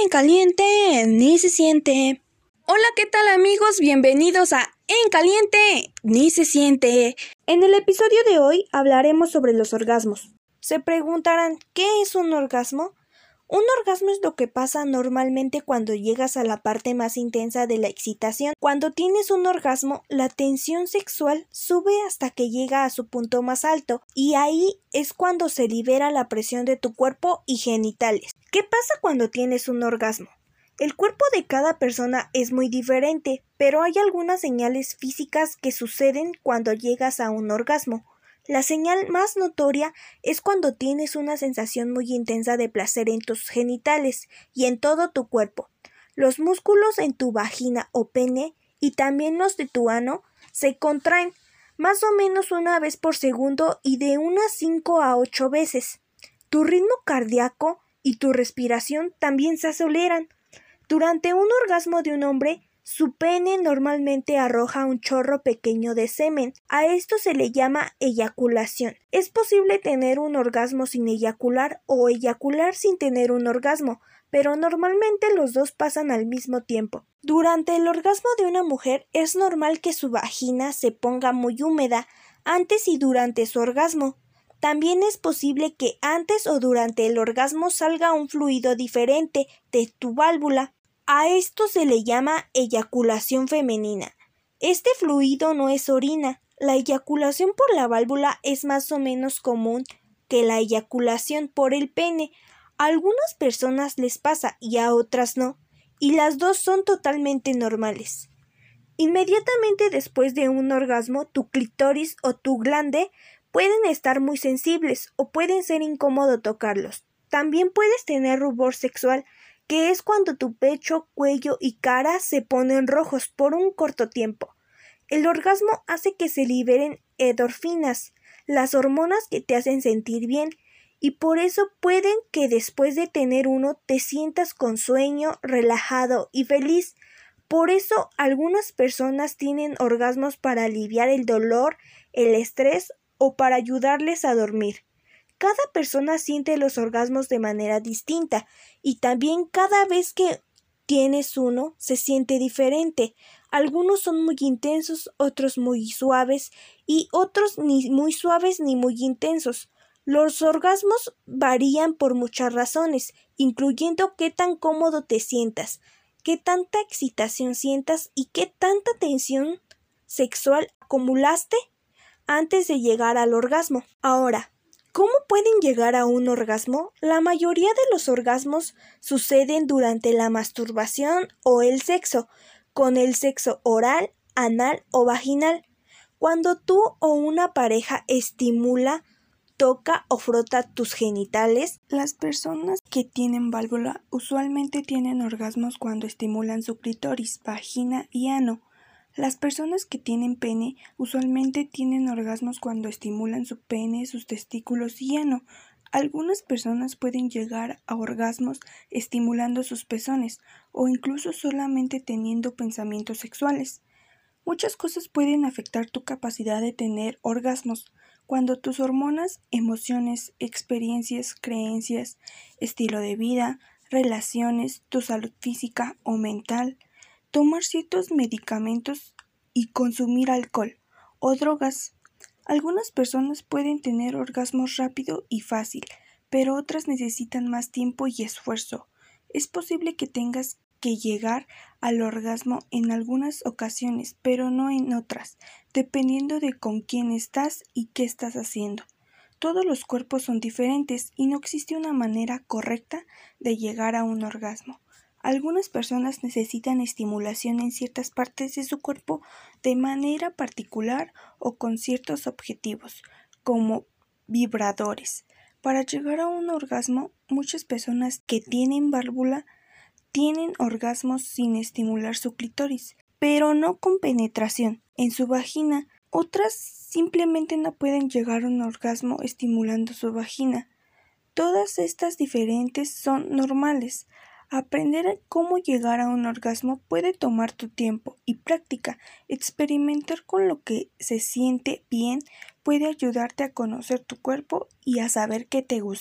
En caliente ni se siente. Hola, ¿qué tal amigos? Bienvenidos a En caliente ni se siente. En el episodio de hoy hablaremos sobre los orgasmos. Se preguntarán, ¿qué es un orgasmo? Un orgasmo es lo que pasa normalmente cuando llegas a la parte más intensa de la excitación. Cuando tienes un orgasmo, la tensión sexual sube hasta que llega a su punto más alto, y ahí es cuando se libera la presión de tu cuerpo y genitales. ¿Qué pasa cuando tienes un orgasmo? El cuerpo de cada persona es muy diferente, pero hay algunas señales físicas que suceden cuando llegas a un orgasmo. La señal más notoria es cuando tienes una sensación muy intensa de placer en tus genitales y en todo tu cuerpo. Los músculos en tu vagina o pene y también los de tu ano se contraen más o menos una vez por segundo y de unas 5 a 8 veces. Tu ritmo cardíaco y tu respiración también se aceleran. Durante un orgasmo de un hombre, su pene normalmente arroja un chorro pequeño de semen. A esto se le llama eyaculación. Es posible tener un orgasmo sin eyacular o eyacular sin tener un orgasmo, pero normalmente los dos pasan al mismo tiempo. Durante el orgasmo de una mujer es normal que su vagina se ponga muy húmeda antes y durante su orgasmo. También es posible que antes o durante el orgasmo salga un fluido diferente de tu válvula. A esto se le llama eyaculación femenina. Este fluido no es orina. La eyaculación por la válvula es más o menos común que la eyaculación por el pene. A algunas personas les pasa y a otras no, y las dos son totalmente normales. Inmediatamente después de un orgasmo, tu clítoris o tu glande pueden estar muy sensibles o pueden ser incómodo tocarlos. También puedes tener rubor sexual, que es cuando tu pecho, cuello y cara se ponen rojos por un corto tiempo. El orgasmo hace que se liberen endorfinas, las hormonas que te hacen sentir bien, y por eso pueden que después de tener uno te sientas con sueño, relajado y feliz. Por eso algunas personas tienen orgasmos para aliviar el dolor, el estrés o para ayudarles a dormir. Cada persona siente los orgasmos de manera distinta y también cada vez que tienes uno se siente diferente. Algunos son muy intensos, otros muy suaves y otros ni muy suaves ni muy intensos. Los orgasmos varían por muchas razones, incluyendo qué tan cómodo te sientas, qué tanta excitación sientas y qué tanta tensión sexual acumulaste antes de llegar al orgasmo. Ahora, ¿cómo pueden llegar a un orgasmo? La mayoría de los orgasmos suceden durante la masturbación o el sexo, con el sexo oral, anal o vaginal. Cuando tú o una pareja estimula, toca o frota tus genitales. Las personas que tienen válvula usualmente tienen orgasmos cuando estimulan su clítoris, vagina y ano. Las personas que tienen pene usualmente tienen orgasmos cuando estimulan su pene, sus testículos y ano. Algunas personas pueden llegar a orgasmos estimulando sus pezones o incluso solamente teniendo pensamientos sexuales. Muchas cosas pueden afectar tu capacidad de tener orgasmos cuando tus hormonas, emociones, experiencias, creencias, estilo de vida, relaciones, tu salud física o mental, tomar ciertos medicamentos y consumir alcohol o drogas. Algunas personas pueden tener orgasmos rápido y fácil, pero otras necesitan más tiempo y esfuerzo. Es posible que tengas que llegar al orgasmo en algunas ocasiones, pero no en otras, dependiendo de con quién estás y qué estás haciendo. Todos los cuerpos son diferentes y no existe una manera correcta de llegar a un orgasmo. Algunas personas necesitan estimulación en ciertas partes de su cuerpo de manera particular o con ciertos objetivos, como vibradores. Para llegar a un orgasmo, muchas personas que tienen válvula tienen orgasmos sin estimular su clítoris, pero no con penetración en su vagina. Otras simplemente no pueden llegar a un orgasmo estimulando su vagina. Todas estas diferentes son normales. Aprender a cómo llegar a un orgasmo puede tomar tu tiempo y práctica. Experimentar con lo que se siente bien puede ayudarte a conocer tu cuerpo y a saber qué te gusta.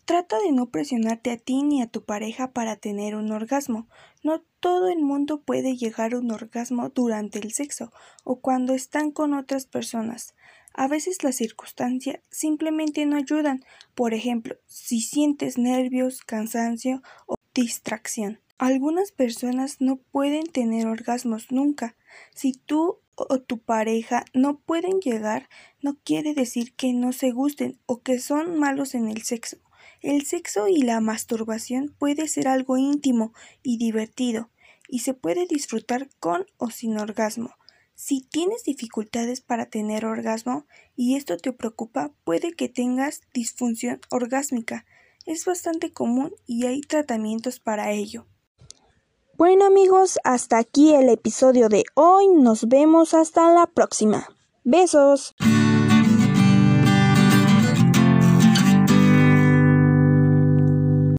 Trata de no presionarte a ti ni a tu pareja para tener un orgasmo. No todo el mundo puede llegar a un orgasmo durante el sexo o cuando están con otras personas. A veces las circunstancias simplemente no ayudan. Por ejemplo, si sientes nervios, cansancio o distracción. Algunas personas no pueden tener orgasmos nunca. Si tú o tu pareja no pueden llegar, no quiere decir que no se gusten o que son malos en el sexo. El sexo y la masturbación puede ser algo íntimo y divertido, y se puede disfrutar con o sin orgasmo. Si tienes dificultades para tener orgasmo y esto te preocupa, puede que tengas disfunción orgásmica. Es bastante común y hay tratamientos para ello. Bueno amigos, hasta aquí el episodio de hoy. Nos vemos hasta la próxima. Besos.